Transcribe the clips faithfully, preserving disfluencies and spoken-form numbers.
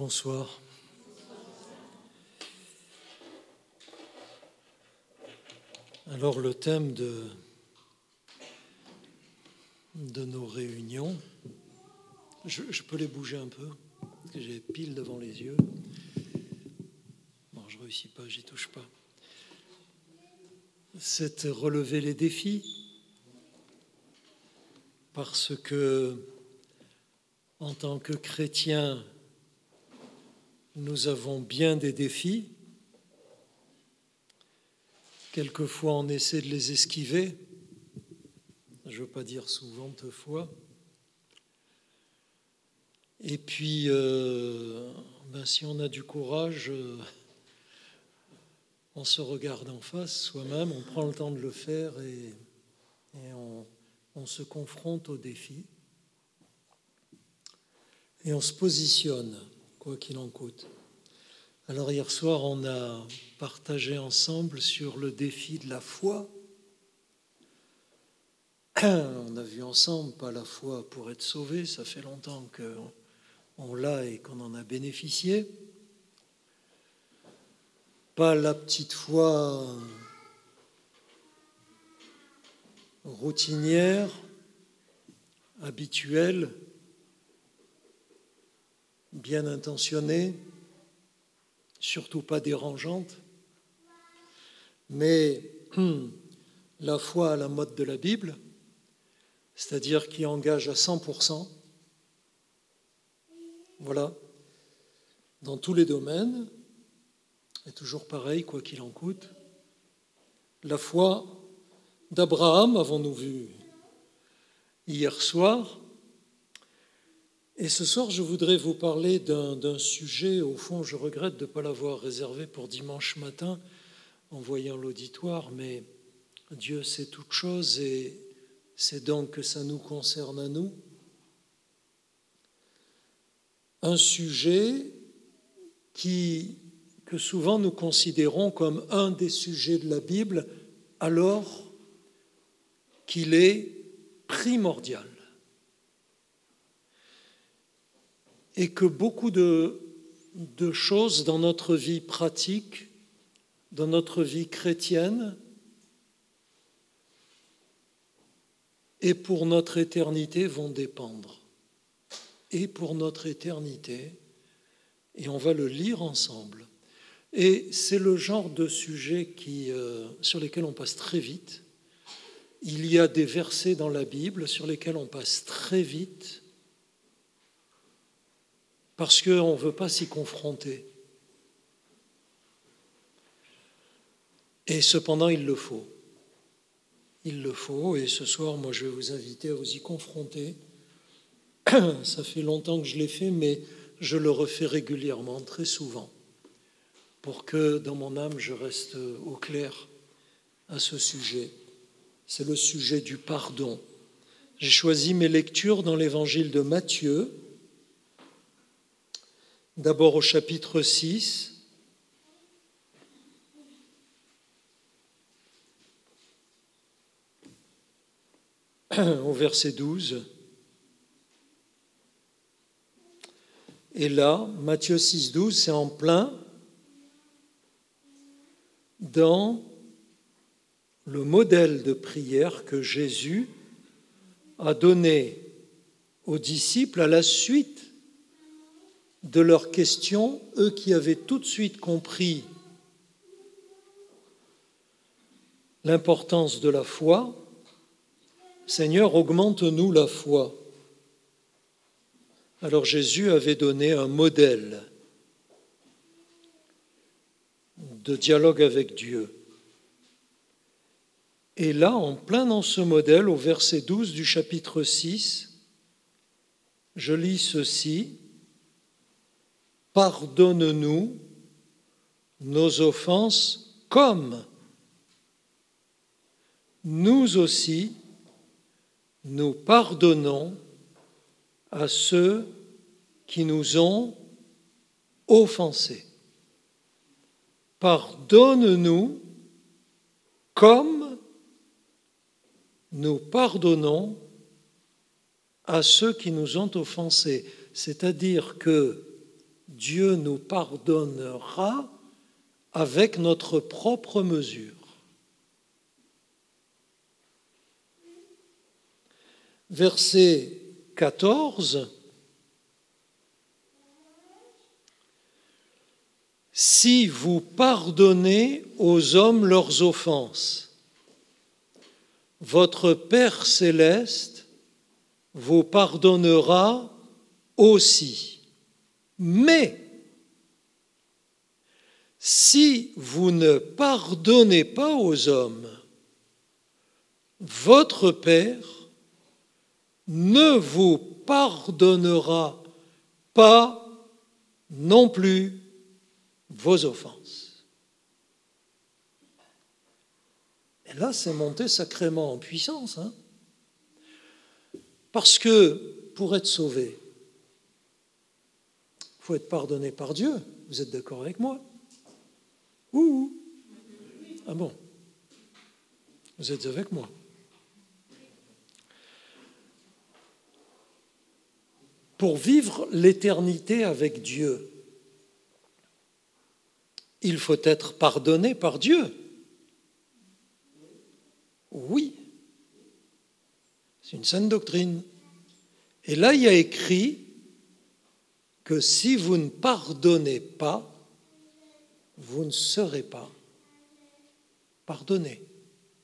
Bonsoir. Alors le thème de, de nos réunions, je, je peux les bouger un peu, parce que j'ai pile devant les yeux. Non, je ne réussis pas, j'y touche pas. C'est relever les défis, parce que en tant que chrétiens, nous avons bien des défis. Quelquefois, on essaie de les esquiver. Je ne veux pas dire souvent fois. Et puis, euh, ben, si on a du courage, euh, on se regarde en face soi-même, on prend le temps de le faire et, et on, on se confronte aux défis. Et on se positionne, quoi qu'il en coûte. Alors hier soir, on a partagé ensemble sur le défi de la foi. On a vu ensemble, pas la foi pour être sauvé, ça fait longtemps qu'on l'a et qu'on en a bénéficié. Pas la petite foi routinière, habituelle, bien intentionnée, surtout pas dérangeante, mais la foi à la mode de la Bible, c'est-à-dire qui engage à cent pour cent, voilà, dans tous les domaines, et toujours pareil, quoi qu'il en coûte. La foi d'Abraham, avons-nous vu hier soir, et ce soir, je voudrais vous parler d'un, d'un sujet, au fond, je regrette de ne pas l'avoir réservé pour dimanche matin, en voyant l'auditoire, mais Dieu sait toutes choses et c'est donc que ça nous concerne à nous. Un sujet qui, que souvent nous considérons comme un des sujets de la Bible, alors qu'il est primordial. Et que beaucoup de, de choses dans notre vie pratique, dans notre vie chrétienne, et pour notre éternité vont dépendre. Et pour notre éternité, et on va le lire ensemble. Et c'est le genre de sujet qui, euh, sur lesquels on passe très vite. Il y a des versets dans la Bible sur lesquels on passe très vite, parce qu'on ne veut pas s'y confronter. Et cependant, il le faut. Il le faut, et ce soir, moi, je vais vous inviter à vous y confronter. Ça fait longtemps que je l'ai fait, mais je le refais régulièrement, très souvent, pour que dans mon âme, je reste au clair à ce sujet. C'est le sujet du pardon. J'ai choisi mes lectures dans l'évangile de Matthieu, d'abord au chapitre six, au verset douze. Et là, Matthieu six, douze, c'est en plein dans le modèle de prière que Jésus a donné aux disciples à la suite de leurs questions, eux qui avaient tout de suite compris l'importance de la foi. Seigneur, augmente-nous la foi. Alors Jésus avait donné un modèle de dialogue avec Dieu. Et là, en plein dans ce modèle, au verset douze du chapitre six, je lis ceci. « Pardonne-nous nos offenses comme nous aussi nous pardonnons à ceux qui nous ont offensés. Pardonne-nous comme nous pardonnons à ceux qui nous ont offensés. » C'est-à-dire que Dieu nous pardonnera avec notre propre mesure. Verset quatorze. Si vous pardonnez aux hommes leurs offenses, votre Père céleste vous pardonnera aussi. Mais si vous ne pardonnez pas aux hommes, votre Père ne vous pardonnera pas non plus vos offenses. Et là, c'est monté sacrément en puissance. Hein, parce que pour être sauvé, il faut être pardonné par Dieu. Vous êtes d'accord avec moi? Ouh. Ah bon? Vous êtes avec moi? Pour vivre l'éternité avec Dieu, il faut être pardonné par Dieu. Oui, c'est une saine doctrine. Et là, il y a écrit que si vous ne pardonnez pas, vous ne serez pas pardonné.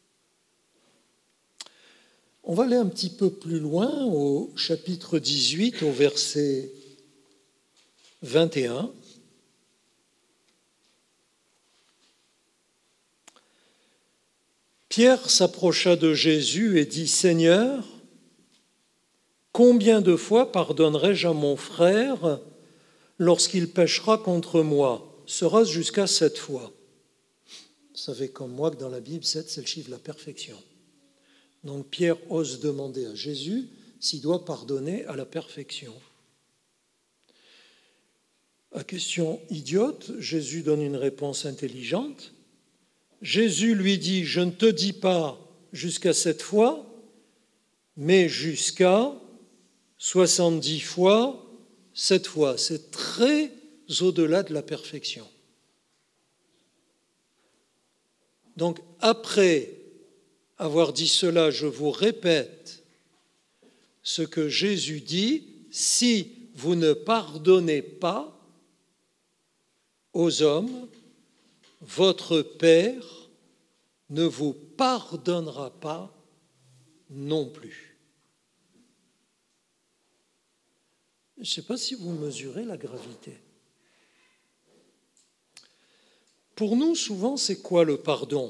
On va aller un petit peu plus loin au chapitre dix-huit, au verset vingt et un. Pierre s'approcha de Jésus et dit « Seigneur, combien de fois pardonnerai-je à mon frère lorsqu'il péchera contre moi? Sera-ce jusqu'à sept fois ?» Vous savez comme moi que dans la Bible, sept, c'est le chiffre de la perfection. Donc Pierre ose demander à Jésus s'il doit pardonner à la perfection. À question idiote, Jésus donne une réponse intelligente. Jésus lui dit « Je ne te dis pas jusqu'à sept fois, mais jusqu'à soixante-dix fois, sept fois. » C'est très au-delà de la perfection. Donc, après avoir dit cela, je vous répète ce que Jésus dit, si vous ne pardonnez pas aux hommes, votre Père ne vous pardonnera pas non plus. Je ne sais pas si vous mesurez la gravité. Pour nous, souvent, c'est quoi le pardon?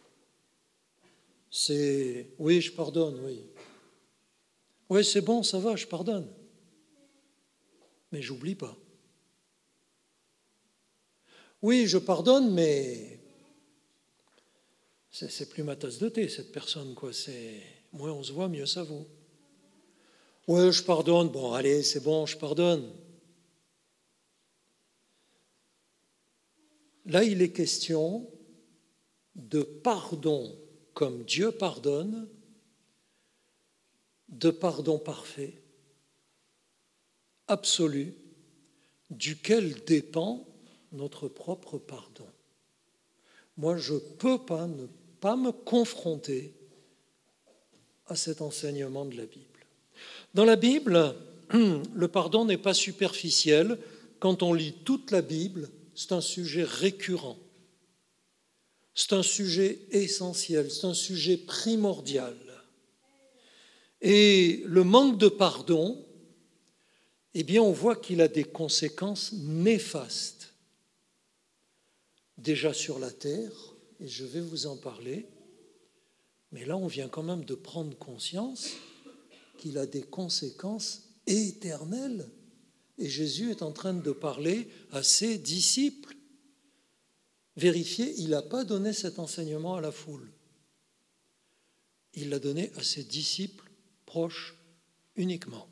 C'est « oui, je pardonne, oui. Oui, c'est bon, ça va, je pardonne. Mais j'oublie pas. Oui, je pardonne, mais c'est, c'est plus ma tasse de thé, cette personne, quoi. C'est moins on se voit, mieux ça vaut. Oui, je pardonne, bon, allez, c'est bon, je pardonne. » Là, il est question de pardon comme Dieu pardonne, de pardon parfait, absolu, duquel dépend notre propre pardon. Moi, je ne peux pas ne pas me confronter à cet enseignement de la Bible. Dans la Bible, le pardon n'est pas superficiel. Quand on lit toute la Bible, c'est un sujet récurrent. C'est un sujet essentiel, c'est un sujet primordial. Et le manque de pardon, eh bien, on voit qu'il a des conséquences néfastes. Déjà sur la terre, et je vais vous en parler, mais là, on vient quand même de prendre conscience qu'il a des conséquences éternelles. Et Jésus est en train de parler à ses disciples. Vérifiez, il n'a pas donné cet enseignement à la foule. Il l'a donné à ses disciples proches uniquement.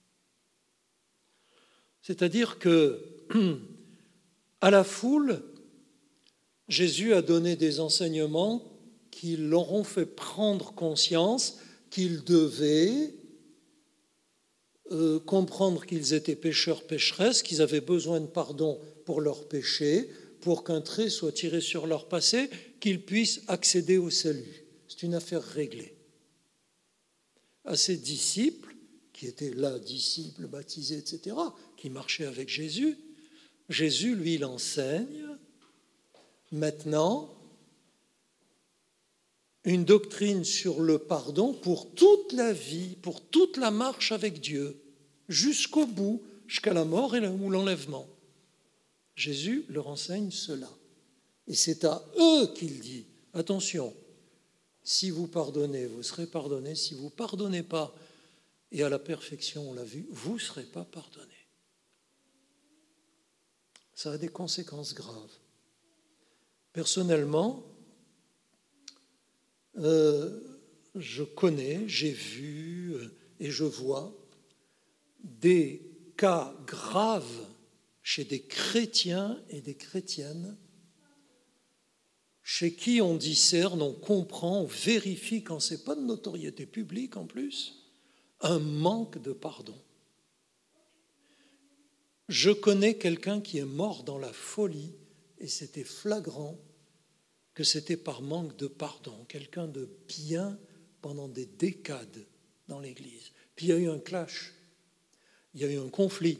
C'est-à-dire que, à la foule, Jésus a donné des enseignements qui leur ont fait prendre conscience qu'ils devaient euh, comprendre qu'ils étaient pécheurs, pécheresses, qu'ils avaient besoin de pardon pour leurs péchés, pour qu'un trait soit tiré sur leur passé, qu'ils puissent accéder au salut. C'est une affaire réglée. À ses disciples, qui étaient là, disciples, baptisés, et cetera, qui marchaient avec Jésus, Jésus, lui, l'enseigne. Maintenant, une doctrine sur le pardon pour toute la vie, pour toute la marche avec Dieu, jusqu'au bout, jusqu'à la mort et ou l'enlèvement. Jésus leur enseigne cela. Et c'est à eux qu'il dit, attention, si vous pardonnez, vous serez pardonnés. Si vous ne pardonnez pas, et à la perfection, on l'a vu, vous ne serez pas pardonnés. Ça a des conséquences graves. Personnellement, euh, je connais, j'ai vu euh, et je vois des cas graves chez des chrétiens et des chrétiennes chez qui on discerne, on comprend, on vérifie, quand ce n'est pas de notoriété publique en plus, un manque de pardon. Je connais quelqu'un qui est mort dans la folie et c'était flagrant que c'était par manque de pardon, quelqu'un de bien pendant des décades dans l'Église. Puis il y a eu un clash, il y a eu un conflit,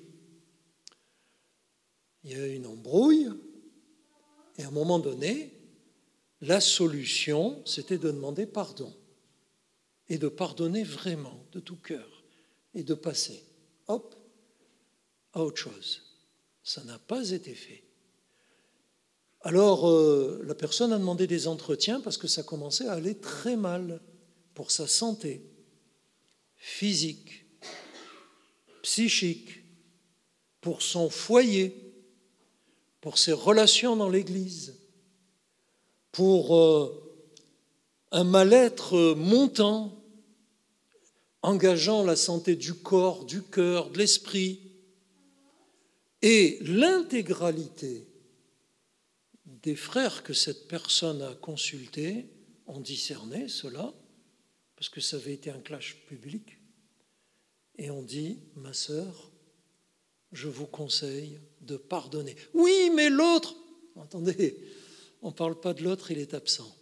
il y a eu une embrouille et à un moment donné, la solution, c'était de demander pardon et de pardonner vraiment, de tout cœur, et de passer, hop, à autre chose. Ça n'a pas été fait. Alors, euh, la personne a demandé des entretiens parce que ça commençait à aller très mal pour sa santé physique, psychique, pour son foyer, pour ses relations dans l'Église, pour euh, un mal-être montant, engageant la santé du corps, du cœur, de l'esprit. Et l'intégralité des frères que cette personne a consultés ont discerné cela, parce que ça avait été un clash public, et ont dit, ma sœur, je vous conseille de pardonner. Oui, mais l'autre, attendez, on ne parle pas de l'autre, il est absent.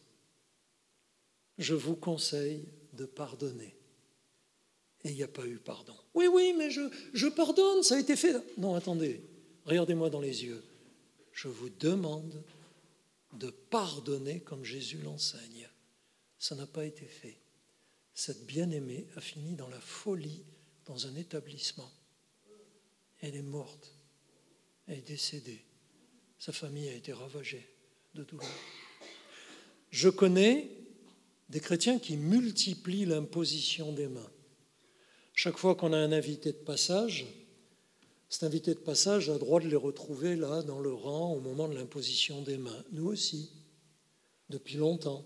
Je vous conseille de pardonner. Et il n'y a pas eu pardon. Oui, oui, mais je, je pardonne, ça a été fait. Non, attendez, regardez-moi dans les yeux. Je vous demande de pardonner comme Jésus l'enseigne. Ça n'a pas été fait. Cette bien-aimée a fini dans la folie, dans un établissement. Elle est morte. Elle est décédée. Sa famille a été ravagée de douleur. Je connais des chrétiens qui multiplient l'imposition des mains. Chaque fois qu'on a un invité de passage, cet invité de passage a le droit de les retrouver là, dans le rang, au moment de l'imposition des mains. Nous aussi, depuis longtemps.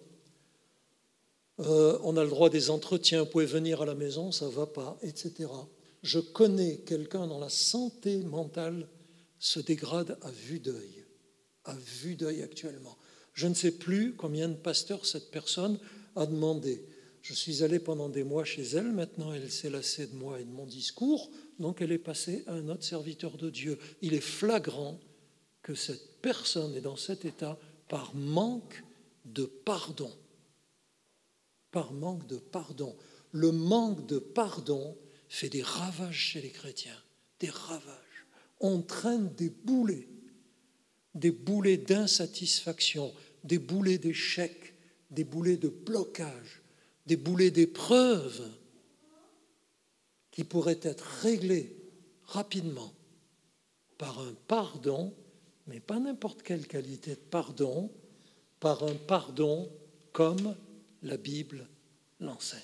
Euh, on a le droit des entretiens, vous pouvez venir à la maison, ça ne va pas, et cetera. Je connais quelqu'un dont la santé mentale se dégrade à vue d'œil, à vue d'œil actuellement. Je ne sais plus combien de pasteurs cette personne a demandé. Je suis allé pendant des mois chez elle, maintenant elle s'est lassée de moi et de mon discours, donc elle est passée à un autre serviteur de Dieu. Il est flagrant que cette personne est dans cet état par manque de pardon. Par manque de pardon. Le manque de pardon fait des ravages chez les chrétiens, des ravages. On traîne des boulets, des boulets d'insatisfaction, des boulets d'échec, des boulets de blocage, des boulets d'épreuves qui pourraient être réglés rapidement par un pardon, mais pas n'importe quelle qualité de pardon, par un pardon comme la Bible l'enseigne.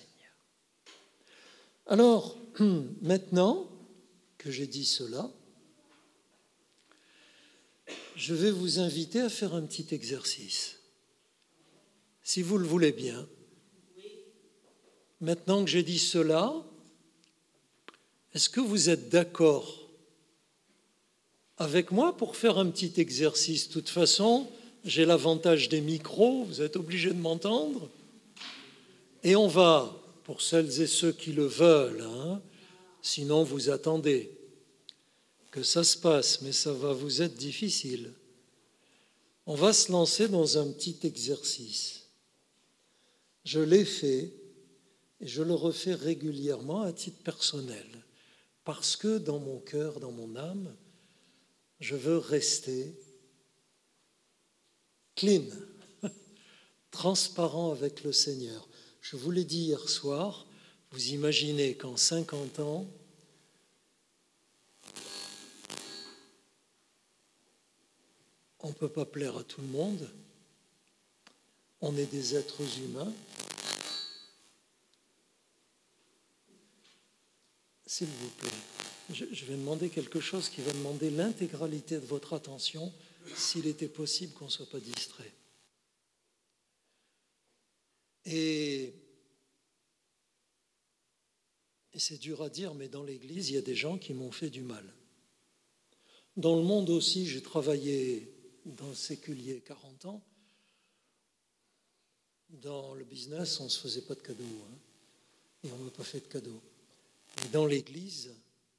Alors, maintenant que j'ai dit cela, je vais vous inviter à faire un petit exercice. Si vous le voulez bien. Maintenant que j'ai dit cela, est-ce que vous êtes d'accord avec moi pour faire un petit exercice? De toute façon, j'ai l'avantage des micros, vous êtes obligés de m'entendre. Et on va, pour celles et ceux qui le veulent, hein, sinon vous attendez que ça se passe, mais ça va vous être difficile. On va se lancer dans un petit exercice. Je l'ai fait et je le refais régulièrement à titre personnel, parce que dans mon cœur, dans mon âme, je veux rester clean, transparent avec le Seigneur. Je vous l'ai dit hier soir, vous imaginez qu'en cinquante ans, on ne peut pas plaire à tout le monde, on est des êtres humains. S'il vous plaît, je, je vais demander quelque chose qui va demander l'intégralité de votre attention, s'il était possible qu'on ne soit pas distrait. Et, et c'est dur à dire, mais dans l'Église, il y a des gens qui m'ont fait du mal. Dans le monde aussi, j'ai travaillé dans le séculier quarante ans. Dans le business, on ne se faisait pas de cadeaux, hein, et on ne m'a pas fait de cadeaux. Et dans l'Église,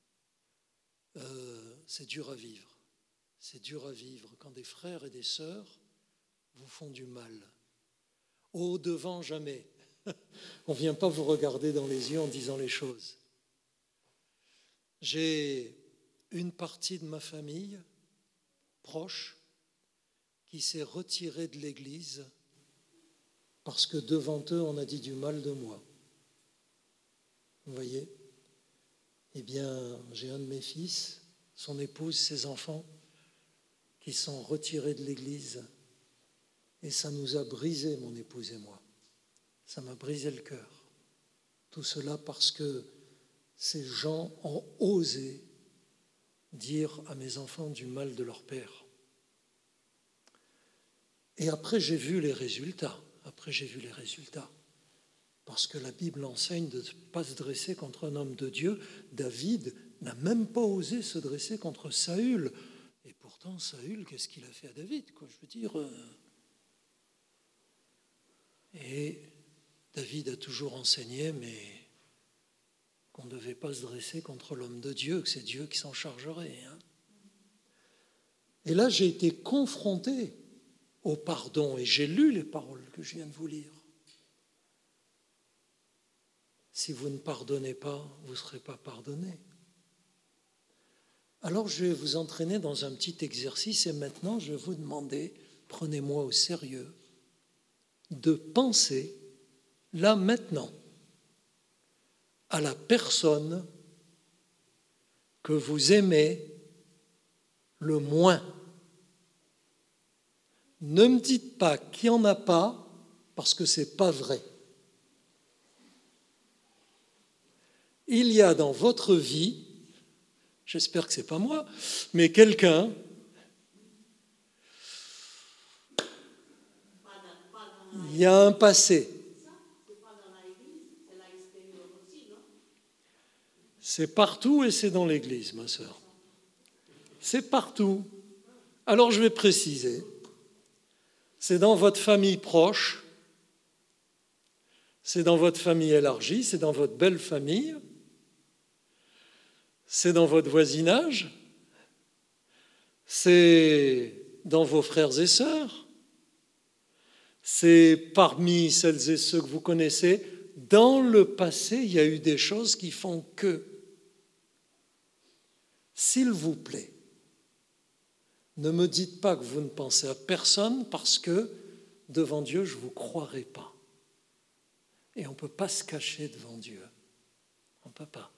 euh, c'est dur à vivre. C'est dur à vivre quand des frères et des sœurs vous font du mal. Au devant, jamais. On ne vient pas vous regarder dans les yeux en disant les choses. J'ai une partie de ma famille proche qui s'est retirée de l'Église parce que devant eux, on a dit du mal de moi. Vous voyez ? Eh bien, j'ai un de mes fils, son épouse, ses enfants, qui sont retirés de l'Église. Et ça nous a brisé, mon épouse et moi. Ça m'a brisé le cœur. Tout cela parce que ces gens ont osé dire à mes enfants du mal de leur père. Et après, j'ai vu les résultats. Après, j'ai vu les résultats. Parce que la Bible enseigne de ne pas se dresser contre un homme de Dieu. David n'a même pas osé se dresser contre Saül. Et pourtant, Saül, qu'est-ce qu'il a fait à David, quoi, je veux dire. Euh... Et David a toujours enseigné, mais qu'on ne devait pas se dresser contre l'homme de Dieu, que c'est Dieu qui s'en chargerait. Hein. Et là, j'ai été confronté au pardon, et j'ai lu les paroles que je viens de vous lire. Si vous ne pardonnez pas, vous ne serez pas pardonné. Alors je vais vous entraîner dans un petit exercice et maintenant je vais vous demander, prenez-moi au sérieux, de penser, là maintenant, à la personne que vous aimez le moins. Ne me dites pas qu'il n'y en a pas, parce que ce n'est pas vrai. Il y a dans votre vie, j'espère que ce n'est pas moi, mais quelqu'un, il y a un passé. C'est partout et c'est dans l'Église, ma sœur. C'est partout. Alors je vais préciser. C'est dans votre famille proche, c'est dans votre famille élargie, c'est dans votre belle famille, c'est dans votre voisinage, c'est dans vos frères et sœurs, c'est parmi celles et ceux que vous connaissez. Dans le passé, il y a eu des choses qui font que, s'il vous plaît, ne me dites pas que vous ne pensez à personne parce que, devant Dieu, je ne vous croirai pas. Et on ne peut pas se cacher devant Dieu. On ne peut pas.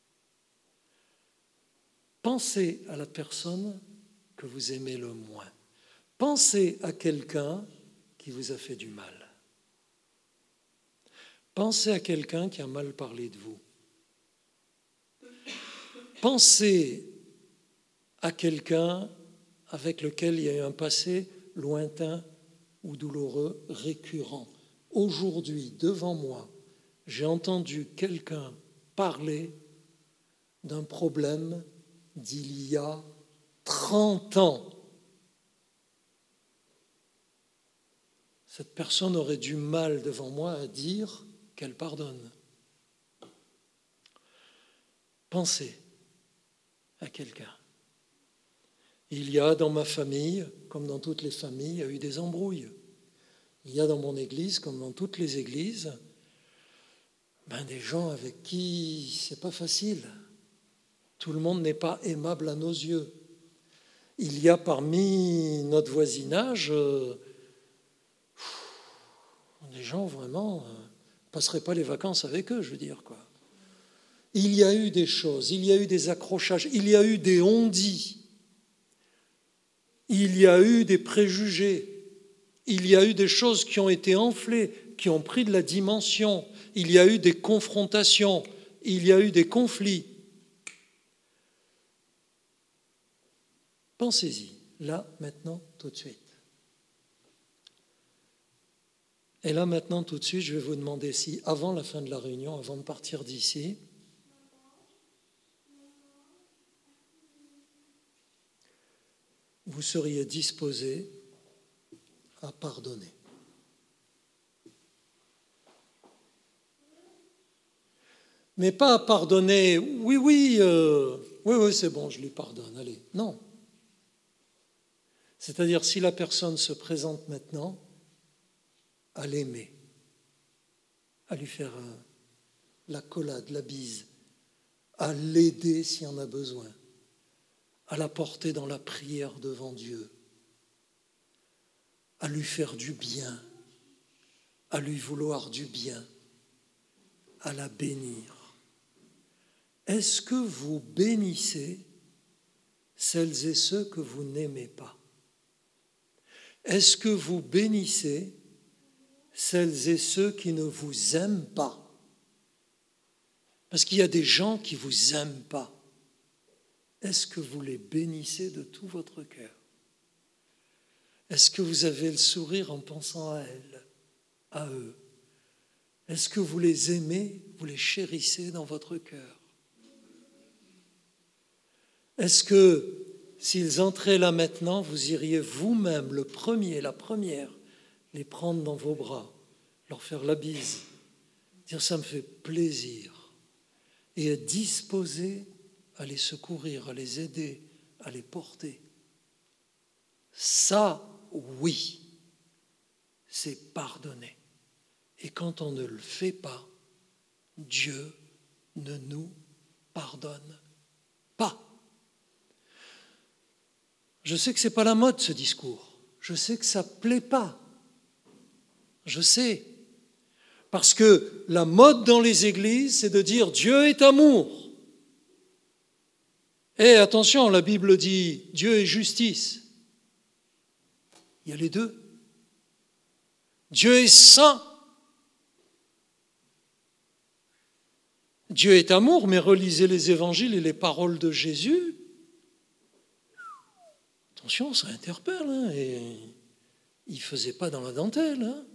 Pensez à la personne que vous aimez le moins. Pensez à quelqu'un qui vous a fait du mal. Pensez à quelqu'un qui a mal parlé de vous. Pensez à quelqu'un avec lequel il y a eu un passé lointain ou douloureux, récurrent. Aujourd'hui, devant moi, j'ai entendu quelqu'un parler d'un problème d'il y a trente ans. Cette personne aurait du mal devant moi à dire qu'elle pardonne. Pensez à quelqu'un. Il y a dans ma famille, comme dans toutes les familles, il y a eu des embrouilles. Il y a dans mon église, comme dans toutes les églises, ben des gens avec qui c'est pas facile. Tout le monde n'est pas aimable à nos yeux. Il y a parmi notre voisinage euh, des gens vraiment, euh, ne passeraient pas les vacances avec eux, je veux dire, quoi. Il y a eu des choses, il y a eu des accrochages, il y a eu des on-dit, il y a eu des préjugés, il y a eu des choses qui ont été enflées, qui ont pris de la dimension, il y a eu des confrontations, il y a eu des conflits. Pensez-y, là, maintenant, tout de suite. Et là, maintenant, tout de suite, je vais vous demander si, avant la fin de la réunion, avant de partir d'ici, vous seriez disposé à pardonner. Mais pas à pardonner, oui, oui, euh, oui, oui, c'est bon, je lui pardonne, allez. Non. C'est-à-dire, si la personne se présente maintenant, à l'aimer, à lui faire euh, l'accolade, la bise, à l'aider s'il y en a besoin, à la porter dans la prière devant Dieu, à lui faire du bien, à lui vouloir du bien, à la bénir. Est-ce que vous bénissez celles et ceux que vous n'aimez pas? Est-ce que vous bénissez celles et ceux qui ne vous aiment pas? Parce qu'il y a des gens qui ne vous aiment pas. Est-ce que vous les bénissez de tout votre cœur? Est-ce que vous avez le sourire en pensant à elles, à eux? Est-ce que vous les aimez, vous les chérissez dans votre cœur? Est-ce que, s'ils entraient là maintenant, vous iriez vous-même, le premier, la première, les prendre dans vos bras, leur faire la bise, dire « ça me fait plaisir » et être disposé à les secourir, à les aider, à les porter? Ça, oui, c'est pardonner. Et quand on ne le fait pas, Dieu ne nous pardonne pas. Je sais que ce n'est pas la mode, ce discours. Je sais que ça ne plaît pas. Je sais. Parce que la mode dans les églises, c'est de dire « Dieu est amour ». Et attention, la Bible dit « Dieu est justice ». Il y a les deux. Dieu est saint. Dieu est amour, mais relisez les évangiles et les paroles de Jésus. Attention, ça interpelle. Hein, et il ne faisait pas dans la dentelle. Hein.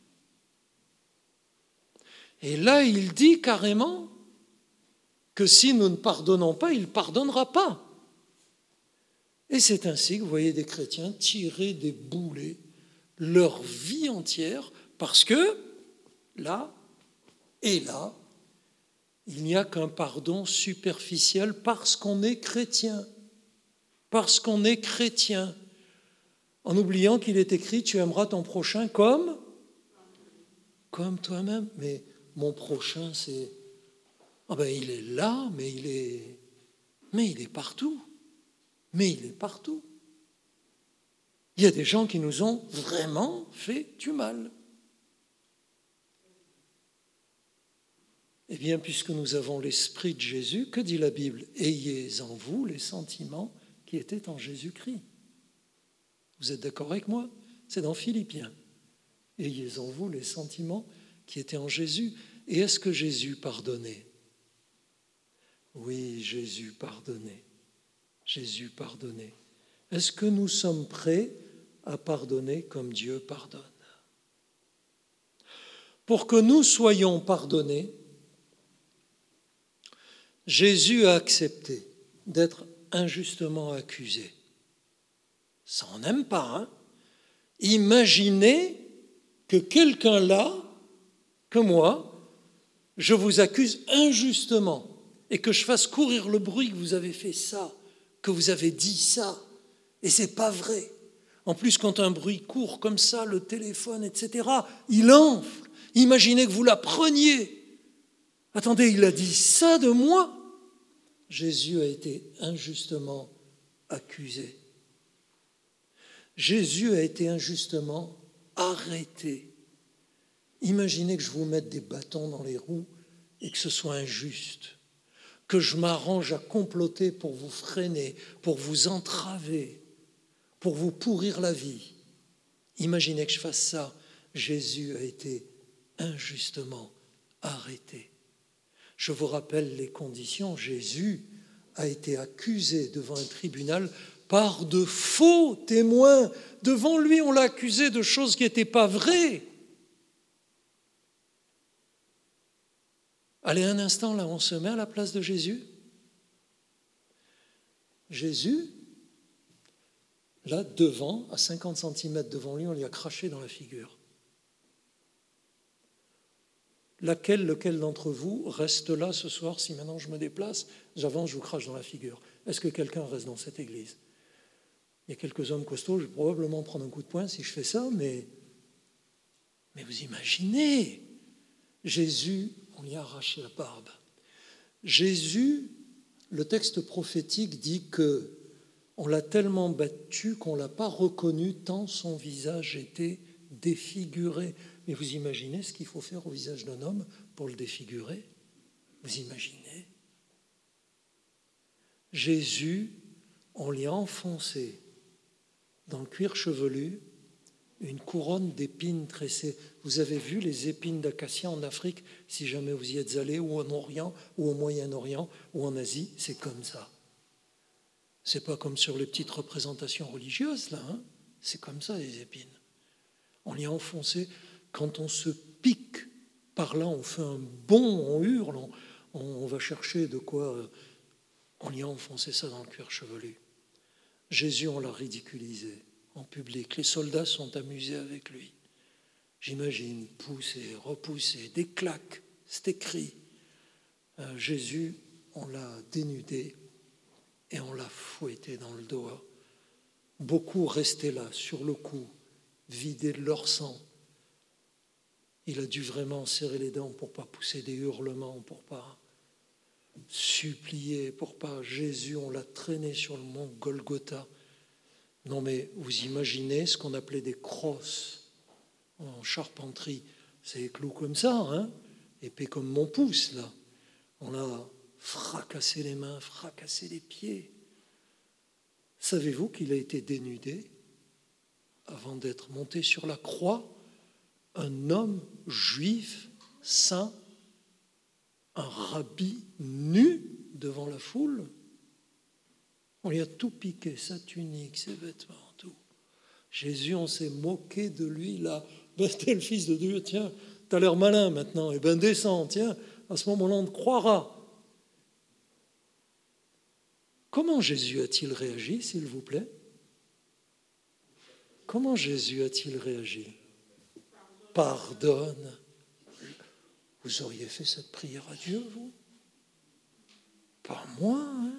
Et là, il dit carrément que si nous ne pardonnons pas, il ne pardonnera pas. Et c'est ainsi que vous voyez des chrétiens tirer des boulets leur vie entière parce que là et là, il n'y a qu'un pardon superficiel parce qu'on est chrétien. Parce qu'on est chrétien. En oubliant qu'il est écrit « Tu aimeras ton prochain comme, comme toi-même ». Mais mon prochain, c'est... Ah ben, il est là, mais il est... Mais il est partout. Mais il est partout. Il y a des gens qui nous ont vraiment fait du mal. Eh bien, puisque nous avons l'Esprit de Jésus, que dit la Bible? Ayez en vous les sentiments qui étaient en Jésus-Christ. Vous êtes d'accord avec moi? C'est dans Philippiens. Ayez en vous les sentiments qui étaient en Jésus. Et est-ce que Jésus pardonnait? Oui, Jésus pardonnait. Jésus pardonnait. Est-ce que nous sommes prêts à pardonner comme Dieu pardonne? Pour que nous soyons pardonnés, Jésus a accepté d'être injustement accusé. Ça, on n'aime pas, hein? Imaginez que quelqu'un là, que moi, je vous accuse injustement et que je fasse courir le bruit que vous avez fait ça, que vous avez dit ça, et c'est pas vrai. En plus, quand un bruit court comme ça, le téléphone, et cetera, il enfle. Imaginez que vous la preniez. Attendez, il a dit ça de moi? Jésus a été injustement accusé. Jésus a été injustement arrêté. Imaginez que je vous mette des bâtons dans les roues et que ce soit injuste, que je m'arrange à comploter pour vous freiner, pour vous entraver, pour vous pourrir la vie. Imaginez que je fasse ça. Jésus a été injustement arrêté. Je vous rappelle les conditions. Jésus a été accusé devant un tribunal par de faux témoins. Devant lui, on l'a accusé de choses qui n'étaient pas vraies. Allez, un instant, là, on se met à la place de Jésus. Jésus, là, devant, à cinquante centimètres devant lui, on lui a craché dans la figure. Laquelle, lequel d'entre vous reste là ce soir si maintenant je me déplace, j'avance, je vous crache dans la figure? Est-ce que quelqu'un reste dans cette église? Il y a quelques hommes costauds, je vais probablement prendre un coup de poing si je fais ça, mais, mais vous imaginez, Jésus, on lui a arraché la barbe. Jésus, le texte prophétique dit que on l'a tellement battu qu'on ne l'a pas reconnu tant son visage était défiguré. Mais vous imaginez ce qu'il faut faire au visage d'un homme pour le défigurer? Vous imaginez? Jésus, on lui a enfoncé dans le cuir chevelu une couronne d'épines tressées. Vous avez vu les épines d'acacia en Afrique, si jamais vous y êtes allé, ou en Orient, ou au Moyen-Orient, ou en Asie, c'est comme ça. C'est pas comme sur les petites représentations religieuses, là, hein. C'est comme ça, les épines. On lui a enfoncé. Quand on se pique par là, on fait un bond, on hurle, on, on va chercher de quoi. On lui a enfoncé ça dans le cuir chevelu. Jésus, on l'a ridiculisé en public. Les soldats sont amusés avec lui. J'imagine, poussé, repoussé, des claques, c'est écrit. Euh, Jésus, on l'a dénudé et on l'a fouetté dans le doigt. Beaucoup restaient là, sur le cou, vidés de leur sang. Il a dû vraiment serrer les dents pour ne pas pousser des hurlements, pour ne pas supplier, pour pas. Jésus, on l'a traîné sur le mont Golgotha. Non mais vous imaginez ce qu'on appelait des crosses en charpenterie. C'est des clous comme ça, hein, épais comme mon pouce, là. On a fracassé les mains, fracassé les pieds. Savez-vous qu'il a été dénudé avant d'être monté sur la croix? Un homme juif, saint, un rabbi nu devant la foule. On lui a tout piqué, sa tunique, ses vêtements, tout. Jésus, on s'est moqué de lui, là. Ben, t'es le fils de Dieu, tiens, t'as l'air malin maintenant, eh ben descends, tiens, à ce moment-là, on te croira. Comment Jésus a-t-il réagi, s'il vous plaît? Comment Jésus a-t-il réagi? Pardonne. Vous auriez fait cette prière à Dieu, vous? Pas moi, hein?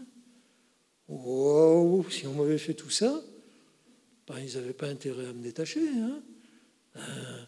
Wow, si on m'avait fait tout ça, ben, ils n'avaient pas intérêt à me détacher, hein? Euh,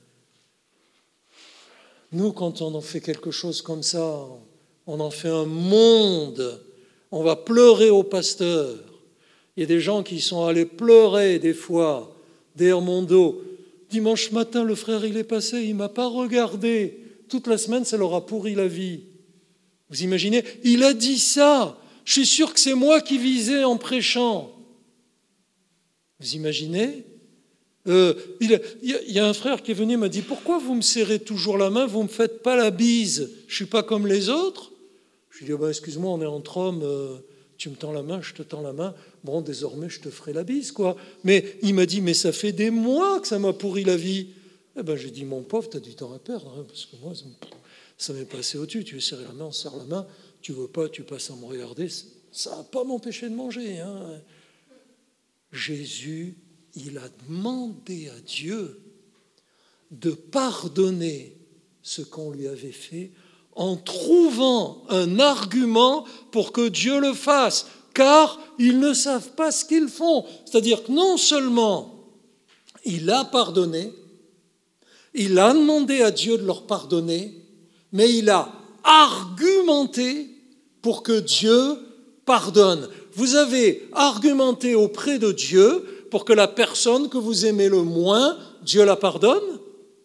nous, quand on en fait quelque chose comme ça, on en fait un monde. On va pleurer au pasteur. Il y a des gens qui sont allés pleurer des fois derrière mon dos. Dimanche matin, le frère, il est passé, il ne m'a pas regardé. Toute la semaine, ça leur a pourri la vie. Vous imaginez? Il a dit ça. Je suis sûr que c'est moi qui visais en prêchant. Vous imaginez? euh, il, il y a un frère qui est venu et m'a dit « Pourquoi vous me serrez toujours la main? Vous ne me faites pas la bise. Je ne suis pas comme les autres. » Je lui ai dit oh ben, « Excuse-moi, on est entre hommes. Euh, tu me tends la main, je te tends la main. Bon, désormais, je te ferai la bise, quoi. » Mais il m'a dit « Mais ça fait des mois que ça m'a pourri la vie. » Eh ben, j'ai dit « Mon pauvre, tu as du temps à perdre. Hein, parce que moi, ça, ça m'est passé au-dessus. Tu veux serrer la main, on serre la main. Tu veux pas, tu passes à me regarder. Ça ne va pas m'empêcher de manger. Hein. » Jésus, il a demandé à Dieu de pardonner ce qu'on lui avait fait en trouvant un argument pour que Dieu le fasse, car ils ne savent pas ce qu'ils font. C'est-à-dire que non seulement il a pardonné, il a demandé à Dieu de leur pardonner, mais il a argumenté pour que Dieu pardonne. Vous avez argumenté auprès de Dieu pour que la personne que vous aimez le moins, Dieu la pardonne?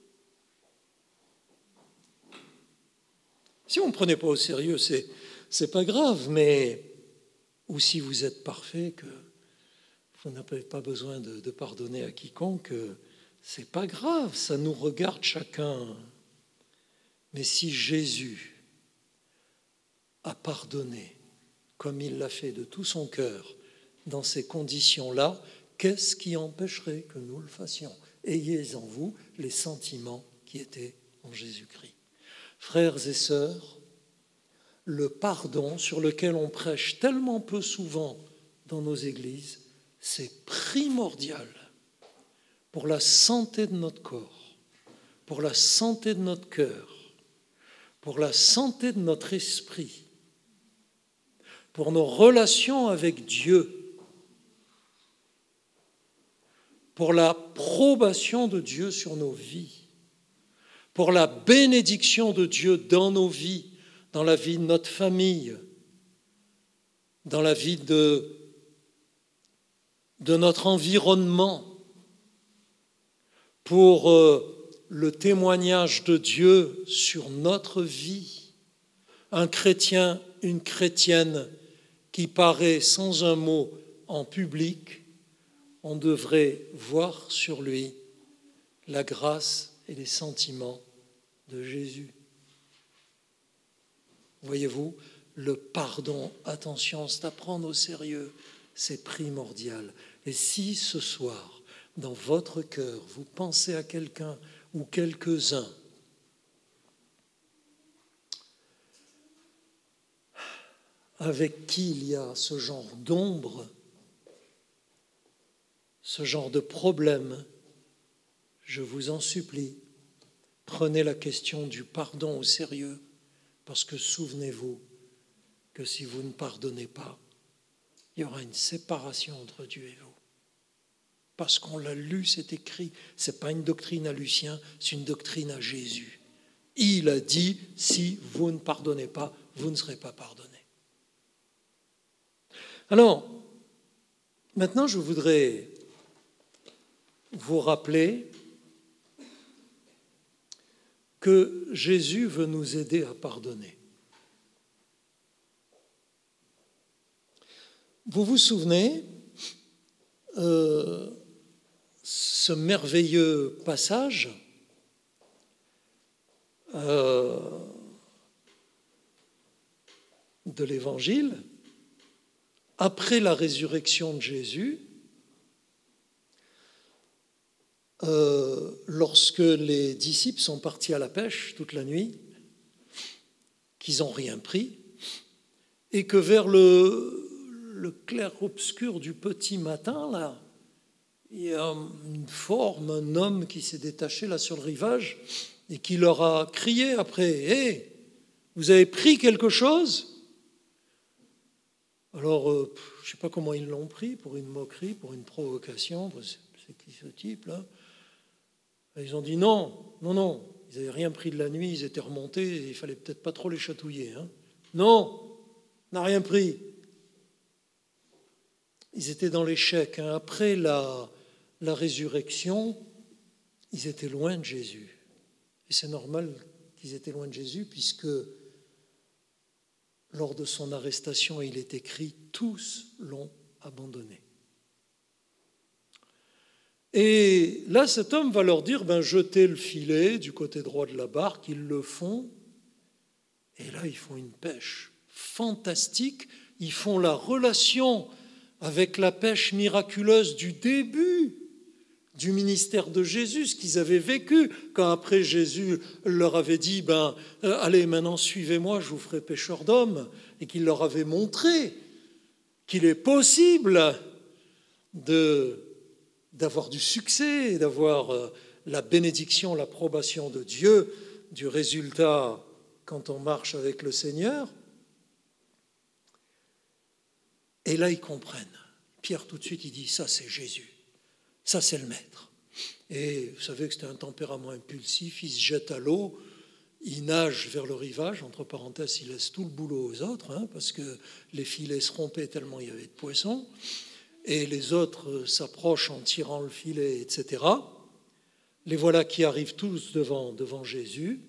Si on ne prenait pas au sérieux, c'est, c'est pas grave, mais ou si vous êtes parfait, que vous n'avez pas besoin de, de pardonner à quiconque, c'est pas grave, ça nous regarde chacun. Mais si Jésus a pardonné, comme il l'a fait de tout son cœur, dans ces conditions-là, qu'est-ce qui empêcherait que nous le fassions? Ayez en vous les sentiments qui étaient en Jésus-Christ. Frères et sœurs, le pardon sur lequel on prêche tellement peu souvent dans nos églises, c'est primordial pour la santé de notre corps, pour la santé de notre cœur, pour la santé de notre esprit, pour nos relations avec Dieu, pour la probation de Dieu sur nos vies, pour la bénédiction de Dieu dans nos vies, dans la vie de notre famille, dans la vie de, de notre environnement, pour euh, le témoignage de Dieu sur notre vie. Un chrétien, une chrétienne qui paraît sans un mot en public, on devrait voir sur lui la grâce et les sentiments de Jésus. Voyez-vous, le pardon, attention, c'est à prendre au sérieux, c'est primordial. Et si ce soir, dans votre cœur, vous pensez à quelqu'un ou quelques-uns avec qui il y a ce genre d'ombre, ce genre de problème, je vous en supplie, prenez la question du pardon au sérieux, parce que souvenez-vous que si vous ne pardonnez pas, il y aura une séparation entre Dieu et vous. Parce qu'on l'a lu, c'est écrit, ce n'est pas une doctrine à Lucien, c'est une doctrine à Jésus. Il a dit, si vous ne pardonnez pas, vous ne serez pas pardonné. Alors, maintenant je voudrais vous rappeler que Jésus veut nous aider à pardonner. Vous vous souvenez, euh, ce merveilleux passage euh, de l'Évangile, après la résurrection de Jésus, Euh, lorsque les disciples sont partis à la pêche toute la nuit, qu'ils n'ont rien pris, et que vers le, le clair-obscur du petit matin, là, il y a une forme, un homme qui s'est détaché là sur le rivage et qui leur a crié après, « Hé, vous avez pris quelque chose ?» Alors, euh, je ne sais pas comment ils l'ont pris, pour une moquerie, pour une provocation, c'est qui ce type-là? Ils ont dit non, non, non, ils n'avaient rien pris de la nuit, ils étaient remontés, et il ne fallait peut-être pas trop les chatouiller. Hein. Non, on n'a rien pris. Ils étaient dans l'échec. Hein. Après la, la résurrection, ils étaient loin de Jésus. Et c'est normal qu'ils étaient loin de Jésus, puisque lors de son arrestation, il est écrit « tous l'ont abandonné ». Et là, cet homme va leur dire, ben, jetez le filet du côté droit de la barque, ils le font, et là, ils font une pêche fantastique, ils font la relation avec la pêche miraculeuse du début du ministère de Jésus, ce qu'ils avaient vécu, quand après Jésus leur avait dit, ben, euh, allez, maintenant suivez-moi, je vous ferai pêcheur d'hommes, et qu'il leur avait montré qu'il est possible de... d'avoir du succès, d'avoir la bénédiction, l'approbation de Dieu, du résultat quand on marche avec le Seigneur. Et là, ils comprennent. Pierre, tout de suite, il dit, ça, c'est Jésus. Ça, c'est le Maître. Et vous savez que c'était un tempérament impulsif. Il se jette à l'eau, il nage vers le rivage. Entre parenthèses, il laisse tout le boulot aux autres, hein, parce que les filets se rompaient tellement il y avait de poissons. Et les autres s'approchent en tirant le filet, et cetera. Les voilà qui arrivent tous devant, devant Jésus.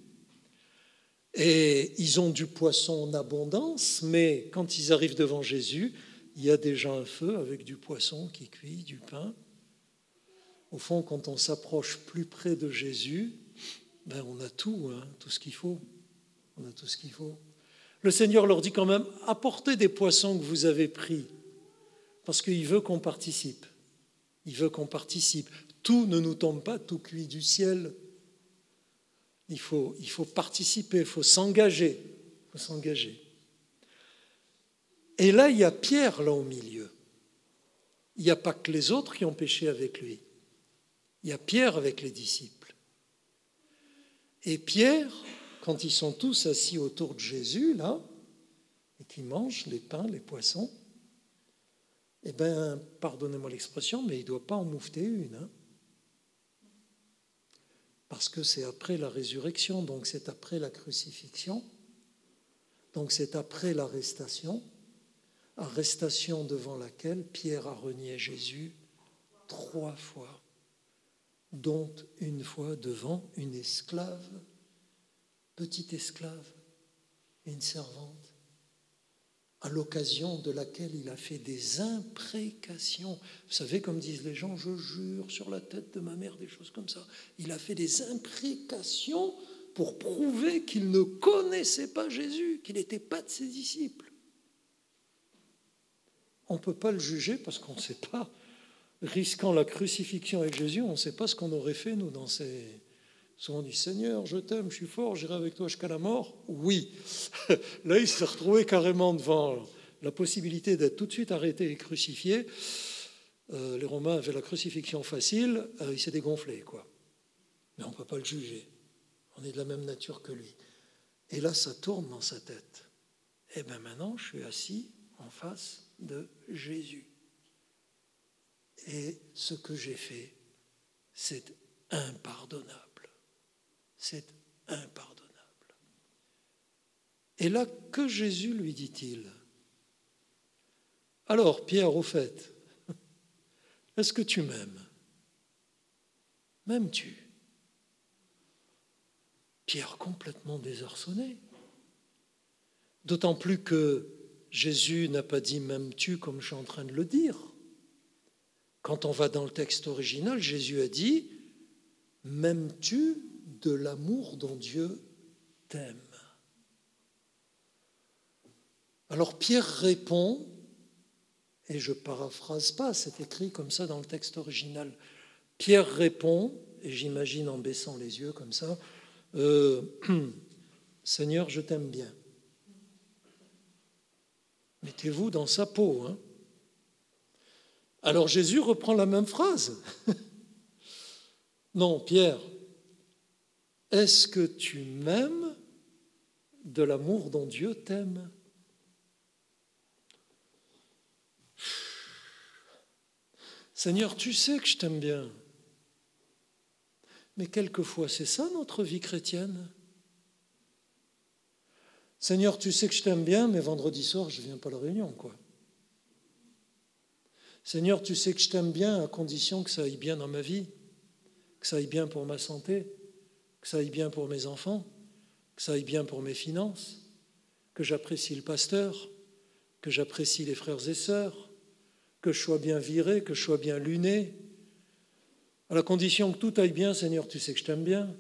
Et ils ont du poisson en abondance, mais quand ils arrivent devant Jésus, il y a déjà un feu avec du poisson qui cuit, du pain. Au fond, quand on s'approche plus près de Jésus, ben on a tout, hein, tout ce qu'il faut. On a tout ce qu'il faut. Le Seigneur leur dit quand même, apportez des poissons que vous avez pris, parce qu'il veut qu'on participe. Il veut qu'on participe. Tout ne nous tombe pas tout cuit du ciel. Il faut, il faut participer, il faut s'engager. Il faut s'engager. Et là, il y a Pierre là au milieu. Il n'y a pas que les autres qui ont péché avec lui. Il y a Pierre avec les disciples. Et Pierre, quand ils sont tous assis autour de Jésus, là, et qu'ils mangent les pains, les poissons, eh bien, pardonnez-moi l'expression, mais il ne doit pas en moufter une. Hein, parce que c'est après la résurrection, donc c'est après la crucifixion, donc c'est après l'arrestation, arrestation devant laquelle Pierre a renié Jésus trois fois, dont une fois devant une esclave, petite esclave, une servante, à l'occasion de laquelle il a fait des imprécations. Vous savez, comme disent les gens, je jure sur la tête de ma mère, des choses comme ça. Il a fait des imprécations pour prouver qu'il ne connaissait pas Jésus, qu'il n'était pas de ses disciples. On ne peut pas le juger parce qu'on ne sait pas, risquant la crucifixion avec Jésus, on ne sait pas ce qu'on aurait fait, nous, dans ces... Souvent on dit, Seigneur, je t'aime, je suis fort, j'irai avec toi jusqu'à la mort. Oui. Là, il s'est retrouvé carrément devant la possibilité d'être tout de suite arrêté et crucifié. Euh, les Romains avaient la crucifixion facile, euh, il s'est dégonflé, quoi. Mais on ne peut pas le juger. On est de la même nature que lui. Et là, ça tourne dans sa tête. Et bien maintenant, je suis assis en face de Jésus. Et ce que j'ai fait, c'est impardonnable. C'est impardonnable. Et là, que Jésus lui dit-il ? Alors, Pierre, au fait, est-ce que tu m'aimes ? M'aimes-tu ? Pierre complètement désarçonné. D'autant plus que Jésus n'a pas dit « m'aimes-tu » comme je suis en train de le dire. Quand on va dans le texte original, Jésus a dit « m'aimes-tu » de l'amour dont Dieu t'aime. Alors Pierre répond, et je ne paraphrase pas, c'est écrit comme ça dans le texte original. Pierre répond, et j'imagine en baissant les yeux comme ça, euh, « Seigneur, je t'aime bien. » Mettez-vous dans sa peau. Hein. Alors Jésus reprend la même phrase. « Non, Pierre, est-ce que tu m'aimes de l'amour dont Dieu t'aime ? » Seigneur, tu sais que je t'aime bien. Mais quelquefois, c'est ça notre vie chrétienne. Seigneur, tu sais que je t'aime bien, mais vendredi soir, je ne viens pas à la réunion, quoi. Seigneur, tu sais que je t'aime bien à condition que ça aille bien dans ma vie, que ça aille bien pour ma santé, que ça aille bien pour mes enfants, que ça aille bien pour mes finances, que j'apprécie le pasteur, que j'apprécie les frères et sœurs, que je sois bien viré, que je sois bien luné. À la condition que tout aille bien, Seigneur, tu sais que je t'aime bien.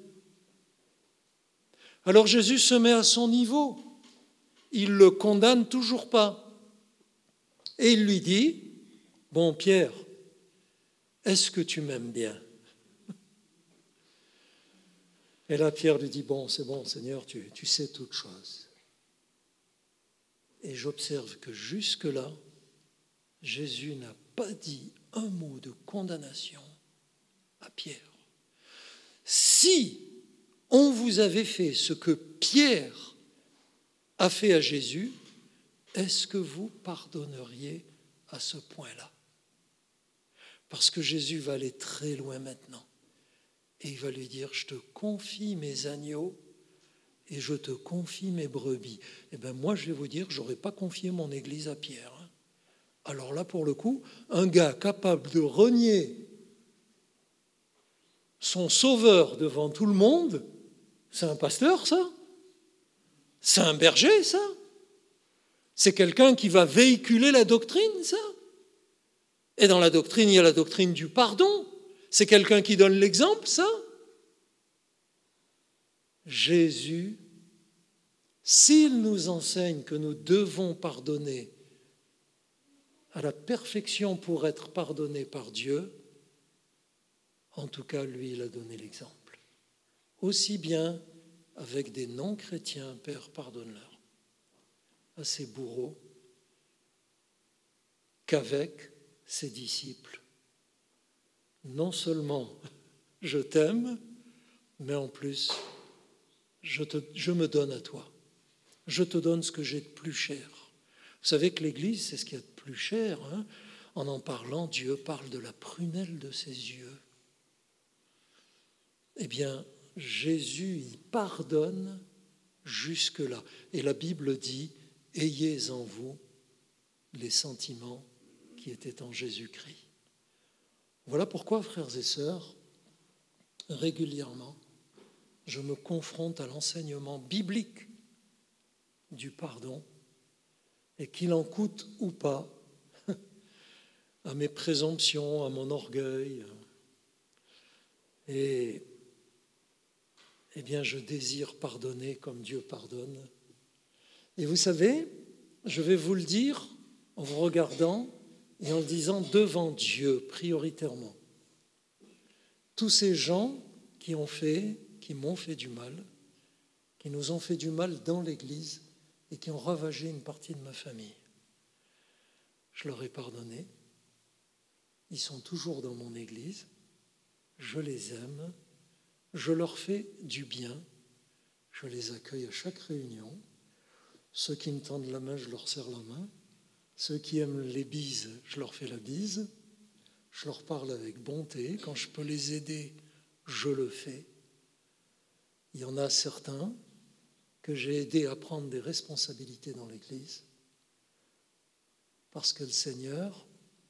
Alors Jésus se met à son niveau. Il ne le condamne toujours pas. Et il lui dit, « Bon, Pierre, est-ce que tu m'aimes bien ?» Et là, Pierre lui dit, « Bon, c'est bon, Seigneur, tu, tu sais toutes choses. » Et j'observe que jusque-là, Jésus n'a pas dit un mot de condamnation à Pierre. Si on vous avait fait ce que Pierre a fait à Jésus, est-ce que vous pardonneriez à ce point-là? Parce que Jésus va aller très loin maintenant. Et il va lui dire, je te confie mes agneaux et je te confie mes brebis. Eh bien moi, je vais vous dire, je n'aurais pas confié mon église à Pierre. Alors là, pour le coup, un gars capable de renier son sauveur devant tout le monde, c'est un pasteur, ça? C'est un berger, ça? C'est quelqu'un qui va véhiculer la doctrine, ça? Et dans la doctrine, il y a la doctrine du pardon. C'est quelqu'un qui donne l'exemple, ça? Jésus, s'il nous enseigne que nous devons pardonner à la perfection pour être pardonné par Dieu, en tout cas, lui, il a donné l'exemple. Aussi bien avec des non-chrétiens, Père, pardonne-leur, à ses bourreaux, qu'avec ses disciples. Non seulement je t'aime, mais en plus, je, te, je me donne à toi. Je te donne ce que j'ai de plus cher. Vous savez que l'Église, c'est ce qu'il y a de plus cher. Hein. En en parlant, Dieu parle de la prunelle de ses yeux. Eh bien, Jésus, il pardonne jusque-là. Et la Bible dit, ayez en vous les sentiments qui étaient en Jésus-Christ. Voilà pourquoi, frères et sœurs, régulièrement, je me confronte à l'enseignement biblique du pardon, et qu'il en coûte ou pas à mes présomptions, à mon orgueil. Et eh bien, je désire pardonner comme Dieu pardonne. Et vous savez, je vais vous le dire en vous regardant et en le disant devant Dieu prioritairement. Tous ces gens qui ont fait, qui m'ont fait du mal, qui nous ont fait du mal dans l'Église et qui ont ravagé une partie de ma famille, je leur ai pardonné. Ils sont toujours dans mon Église. Je les aime. Je leur fais du bien. Je les accueille à chaque réunion. Ceux qui me tendent la main, je leur serre la main. Ceux qui aiment les bises, je leur fais la bise. Je leur parle avec bonté. Quand je peux les aider, je le fais. Il y en a certains que j'ai aidés à prendre des responsabilités dans l'Église parce que le Seigneur,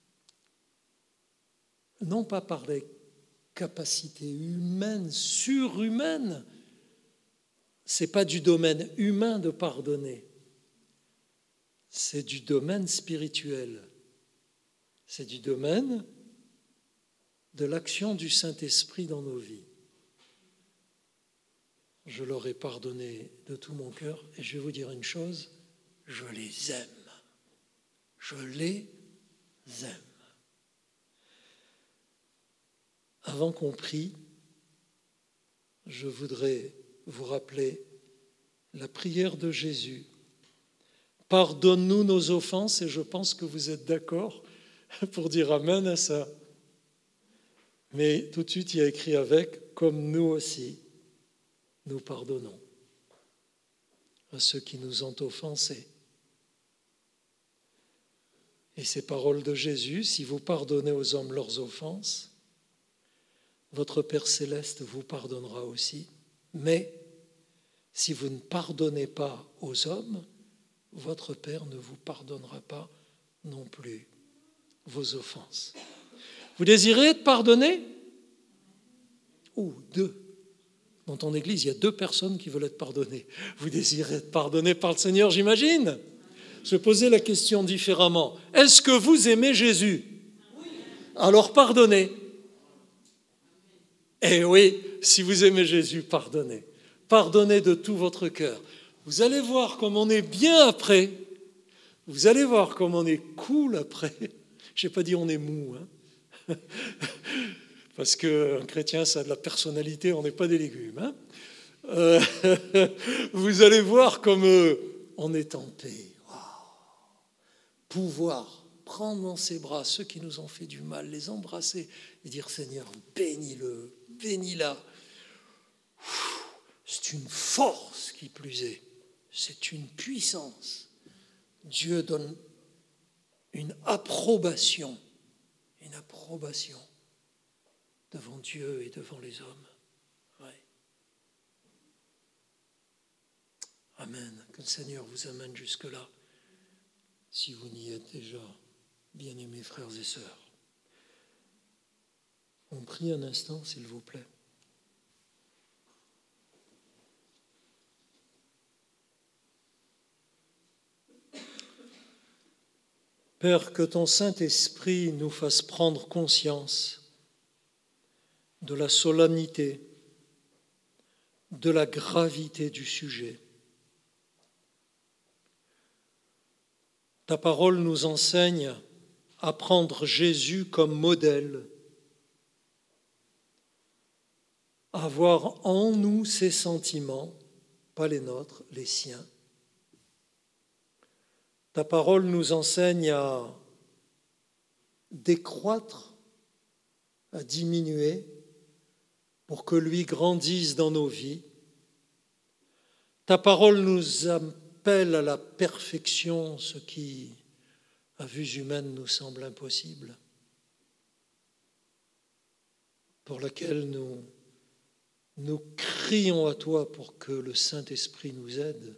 non pas par les capacités humaines, surhumaines, ce n'est pas du domaine humain de pardonner, c'est du domaine spirituel, c'est du domaine de l'action du Saint-Esprit dans nos vies. Je leur ai pardonné de tout mon cœur et je vais vous dire une chose, je les aime. Je les aime. Avant qu'on prie, je voudrais vous rappeler la prière de Jésus. Pardonne-nous nos offenses, et je pense que vous êtes d'accord pour dire amen à ça. Mais tout de suite, il y a écrit avec, comme nous aussi, nous pardonnons à ceux qui nous ont offensés. Et ces paroles de Jésus, si vous pardonnez aux hommes leurs offenses, votre Père céleste vous pardonnera aussi. Mais si vous ne pardonnez pas aux hommes, votre Père ne vous pardonnera pas non plus vos offenses. Vous désirez être pardonné? Ou deux. Dans ton église, il y a deux personnes qui veulent être pardonnées. Vous désirez être pardonné par le Seigneur, j'imagine? Je vais poser la question différemment. Est-ce que vous aimez Jésus? Alors pardonnez. Eh oui, si vous aimez Jésus, pardonnez. Pardonnez de tout votre cœur. Vous allez voir comme on est bien après. Vous allez voir comme on est cool après. Je n'ai pas dit on est mou, hein. Parce qu'un chrétien, ça a de la personnalité, on n'est pas des légumes. Hein. Euh, vous allez voir comme euh, on est en paix. Wow. Pouvoir prendre dans ses bras ceux qui nous ont fait du mal, les embrasser et dire Seigneur, bénis-le, bénis-la. C'est une force qui plus est. c'est une puissance. Dieu donne une approbation, une approbation devant Dieu et devant les hommes. Ouais. Amen. Que le Seigneur vous amène jusque-là, si vous n'y êtes déjà, bien-aimés frères et sœurs. On prie un instant, s'il vous plaît. Père, que ton Saint-Esprit nous fasse prendre conscience de la solennité, de la gravité du sujet. Ta parole nous enseigne à prendre Jésus comme modèle, à avoir en nous ses sentiments, pas les nôtres, les siens. Ta parole nous enseigne à décroître, à diminuer, pour que lui grandisse dans nos vies. Ta parole nous appelle à la perfection, ce qui, à vue humaine, nous semble impossible, pour laquelle nous, nous crions à toi pour que le Saint-Esprit nous aide.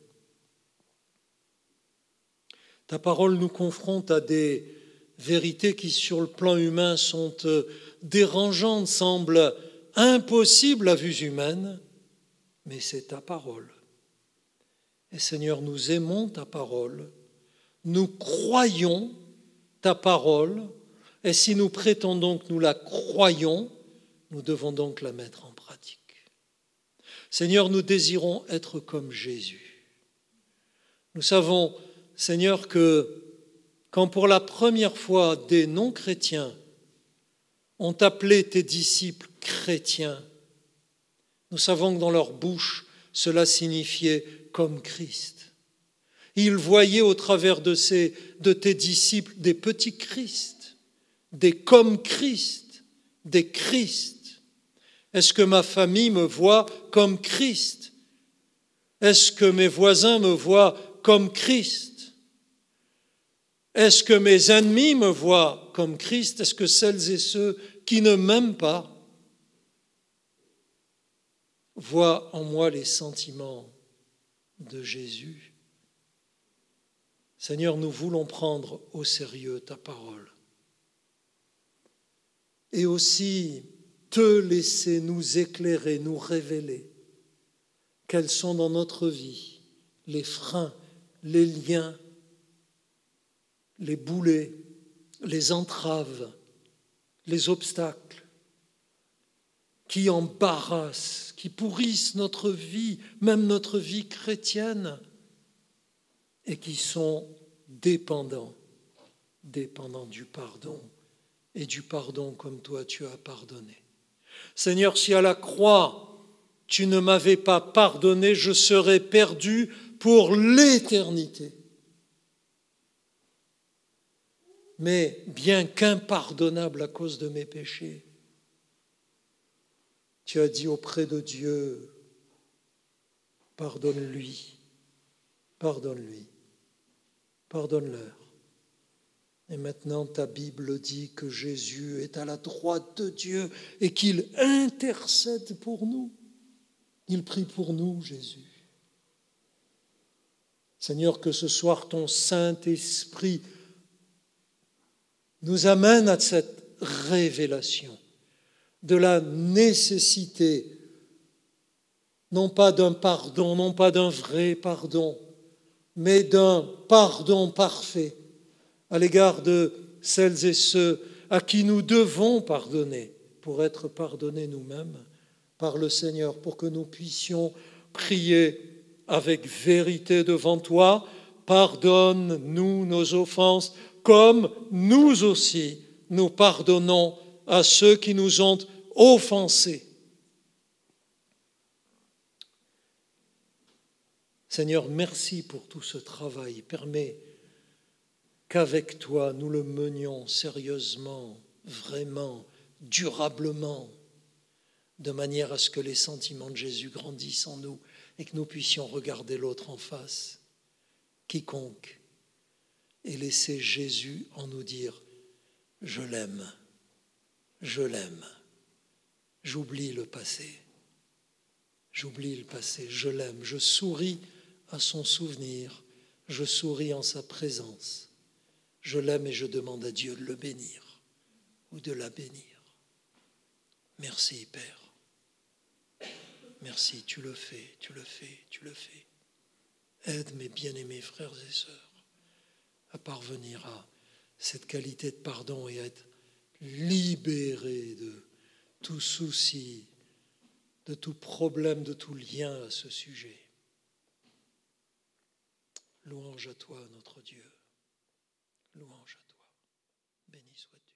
Ta parole nous confronte à des vérités qui, sur le plan humain, sont dérangeantes, semblent impossibles à vue humaine, mais c'est ta parole. Et Seigneur, nous aimons ta parole, nous croyons ta parole, et si nous prétendons que nous la croyons, nous devons donc la mettre en pratique. Seigneur, nous désirons être comme Jésus. Nous savons, Seigneur, que quand pour la première fois des non-chrétiens ont appelé tes disciples chrétiens, nous savons que dans leur bouche, cela signifiait comme Christ. Ils voyaient au travers de, ces, de tes disciples des petits Christ, des comme Christ, des Christ. Est-ce que ma famille me voit comme Christ? Est-ce que mes voisins me voient comme Christ? Est-ce que mes ennemis me voient comme Christ? Est-ce que celles et ceux qui ne m'aiment pas voient en moi les sentiments de Jésus? Seigneur, nous voulons prendre au sérieux ta parole et aussi te laisser nous éclairer, nous révéler quels sont dans notre vie les freins, les liens, les boulets, les entraves, les obstacles qui embarrassent, qui pourrissent notre vie, même notre vie chrétienne, et qui sont dépendants, dépendants du pardon, et du pardon comme toi tu as pardonné. Seigneur, si à la croix tu ne m'avais pas pardonné, je serais perdu pour l'éternité. Mais bien qu'impardonnable à cause de mes péchés, tu as dit auprès de Dieu, pardonne-lui, pardonne-lui, pardonne-leur. Et maintenant, ta Bible dit que Jésus est à la droite de Dieu et qu'il intercède pour nous. Il prie pour nous, Jésus. Seigneur, que ce soir, ton Saint-Esprit nous amène à cette révélation de la nécessité, non pas d'un pardon, non pas d'un vrai pardon, mais d'un pardon parfait à l'égard de celles et ceux à qui nous devons pardonner pour être pardonnés nous-mêmes par le Seigneur, pour que nous puissions prier avec vérité devant toi. Pardonne-nous nos offenses, comme nous aussi nous pardonnons à ceux qui nous ont offensés. Seigneur, merci pour tout ce travail. Permets qu'avec toi, nous le menions sérieusement, vraiment, durablement, de manière à ce que les sentiments de Jésus grandissent en nous et que nous puissions regarder l'autre en face, quiconque, et laisser Jésus en nous dire « Je l'aime, je l'aime, j'oublie le passé, j'oublie le passé, je l'aime, je souris à son souvenir, je souris en sa présence, je l'aime et je demande à Dieu de le bénir ou de la bénir. » Merci, Père. Merci, tu le fais, tu le fais, tu le fais. Aide mes bien-aimés frères et sœurs à parvenir à cette qualité de pardon et à être libérés de tout souci, de tout problème, de tout lien à ce sujet. Louange à toi, notre Dieu. Louange à toi. Béni sois-tu.